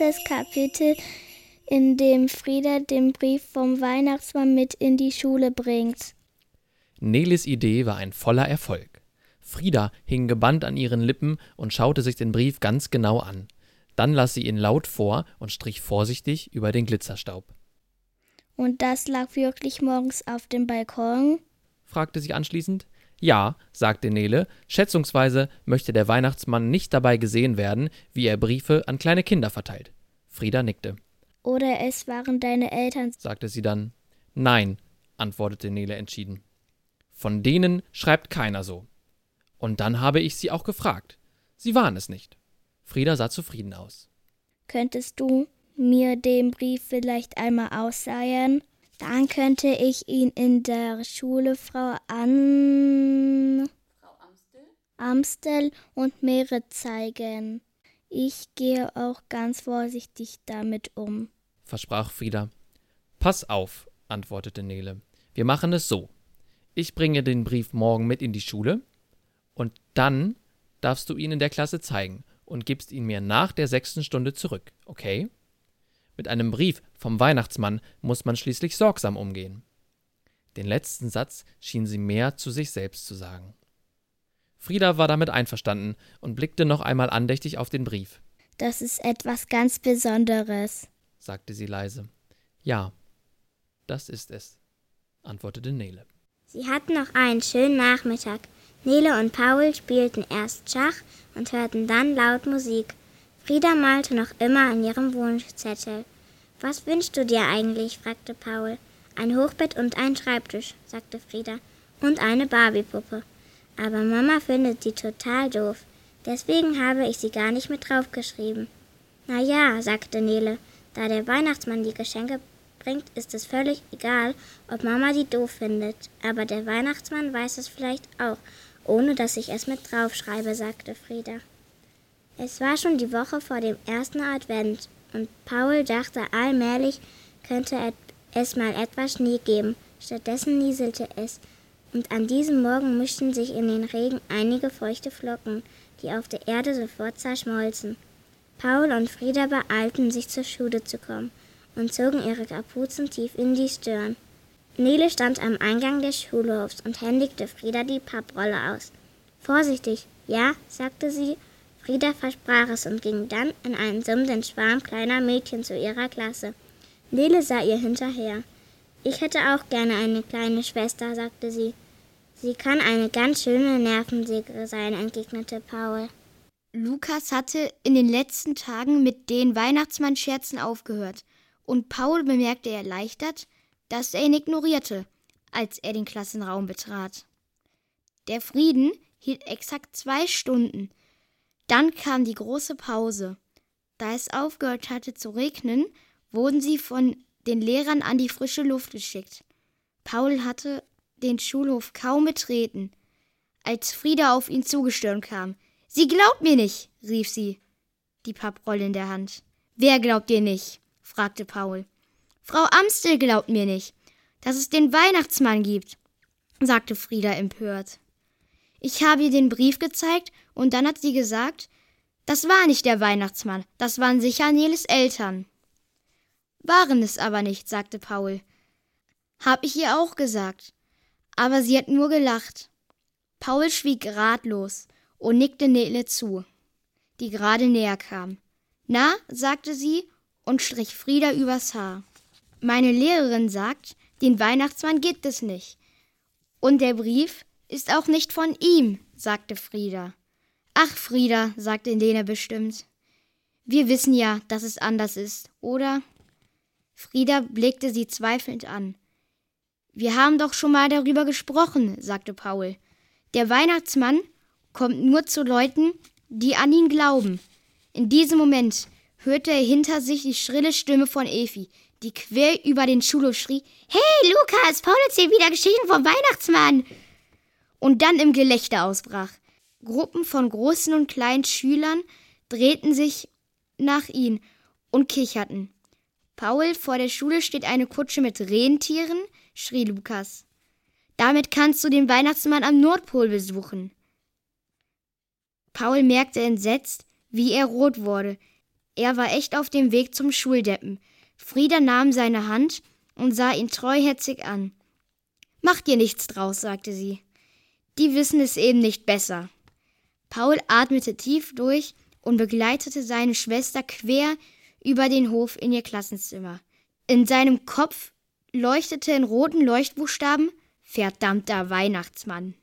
erstes Kapitel, in dem Frieda den Brief vom Weihnachtsmann mit in die Schule bringt. Neles Idee war ein voller Erfolg. Frieda hing gebannt an ihren Lippen und schaute sich den Brief ganz genau an. Dann las sie ihn laut vor und strich vorsichtig über den Glitzerstaub. Und das lag wirklich morgens auf dem Balkon? Fragte sie anschließend. Ja, sagte Nele, schätzungsweise möchte der Weihnachtsmann nicht dabei gesehen werden, wie er Briefe an kleine Kinder verteilt. Frieda nickte. Oder es waren deine Eltern, sagte sie dann. Nein, antwortete Nele entschieden. Von denen schreibt keiner so. Und dann habe ich sie auch gefragt. Sie waren es nicht. Frieda sah zufrieden aus. Könntest du mir den Brief vielleicht einmal ausleihen? Dann könnte ich ihn in der Schule Frau Amstel und Merit zeigen. Ich gehe auch ganz vorsichtig damit um, versprach Frieda. Pass auf, antwortete Nele. Wir machen es so. Ich bringe den Brief morgen mit in die Schule und dann darfst du ihn in der Klasse zeigen und gibst ihn mir nach der 6. Stunde zurück, okay? Mit einem Brief vom Weihnachtsmann muss man schließlich sorgsam umgehen. Den letzten Satz schien sie mehr zu sich selbst zu sagen. Frieda war damit einverstanden und blickte noch einmal andächtig auf den Brief. Das ist etwas ganz Besonderes, sagte sie leise. Ja, das ist es, antwortete Nele. Sie hatten noch einen schönen Nachmittag. Nele und Paul spielten erst Schach und hörten dann laut Musik. Frieda malte noch immer an ihrem Wunschzettel. »Was wünschst du dir eigentlich?« fragte Paul. »Ein Hochbett und einen Schreibtisch«, sagte Frieda, »und eine Barbiepuppe. Aber Mama findet die total doof. Deswegen habe ich sie gar nicht mit draufgeschrieben.« »Na ja«, sagte Nele, »da der Weihnachtsmann die Geschenke bringt, ist es völlig egal, ob Mama die doof findet. Aber der Weihnachtsmann weiß es vielleicht auch, ohne dass ich es mit draufschreibe«, sagte Frieda. Es war schon die Woche vor dem ersten Advent und Paul dachte, allmählich könnte es mal etwas Schnee geben. Stattdessen nieselte es und an diesem Morgen mischten sich in den Regen einige feuchte Flocken, die auf der Erde sofort zerschmolzen. Paul und Frieda beeilten sich zur Schule zu kommen und zogen ihre Kapuzen tief in die Stirn. Nele stand am Eingang des Schulhofs und händigte Frieda die Papprolle aus. »Vorsichtig, ja?«, sagte sie. Frieda versprach es und ging dann in einen summenden Schwarm kleiner Mädchen zu ihrer Klasse. Nele sah ihr hinterher. »Ich hätte auch gerne eine kleine Schwester«, sagte sie. »Sie kann eine ganz schöne Nervensäge sein«, entgegnete Paul. Lukas hatte in den letzten Tagen mit den Weihnachtsmann-Scherzen aufgehört und Paul bemerkte erleichtert, dass er ihn ignorierte, als er den Klassenraum betrat. Der Frieden hielt exakt 2 Stunden. Dann kam die große Pause. Da es aufgehört hatte zu regnen, wurden sie von den Lehrern an die frische Luft geschickt. Paul hatte den Schulhof kaum betreten, als Frieda auf ihn zugestürmt kam. »Sie glaubt mir nicht«, rief sie, die Papprolle in der Hand. »Wer glaubt dir nicht?«, fragte Paul. »Frau Amstel glaubt mir nicht, dass es den Weihnachtsmann gibt«, sagte Frieda empört. »Ich habe ihr den Brief gezeigt und dann hat sie gesagt, das war nicht der Weihnachtsmann, das waren sicher Neles Eltern.« »Waren es aber nicht«, sagte Paul. »Hab ich ihr auch gesagt. Aber sie hat nur gelacht.« Paul schwieg ratlos und nickte Nele zu, die gerade näher kam. »Na«, sagte sie und strich Frieda übers Haar. »Meine Lehrerin sagt, den Weihnachtsmann gibt es nicht. Und der Brief ist auch nicht von ihm«, sagte Frieda. »Ach, Frieda«, sagte Nele bestimmt. »Wir wissen ja, dass es anders ist, oder?« Frieda blickte sie zweifelnd an. »Wir haben doch schon mal darüber gesprochen«, sagte Paul. »Der Weihnachtsmann kommt nur zu Leuten, die an ihn glauben.« In diesem Moment hörte er hinter sich die schrille Stimme von Evi, die quer über den Schulhof schrie: »Hey, Lukas, Paul erzählt wieder Geschichten vom Weihnachtsmann!« Und dann im Gelächter ausbrach. Gruppen von großen und kleinen Schülern drehten sich nach ihm und kicherten. »Paul, vor der Schule steht eine Kutsche mit Rentieren«, schrie Lukas. »Damit kannst du den Weihnachtsmann am Nordpol besuchen.« Paul merkte entsetzt, wie er rot wurde. Er war echt auf dem Weg zum Schuldeppen. Frieda nahm seine Hand und sah ihn treuherzig an. »Mach dir nichts draus«, sagte sie. »Die wissen es eben nicht besser.« Paul atmete tief durch und begleitete seine Schwester quer über den Hof in ihr Klassenzimmer. In seinem Kopf leuchtete in roten Leuchtbuchstaben »Verdammter Weihnachtsmann«.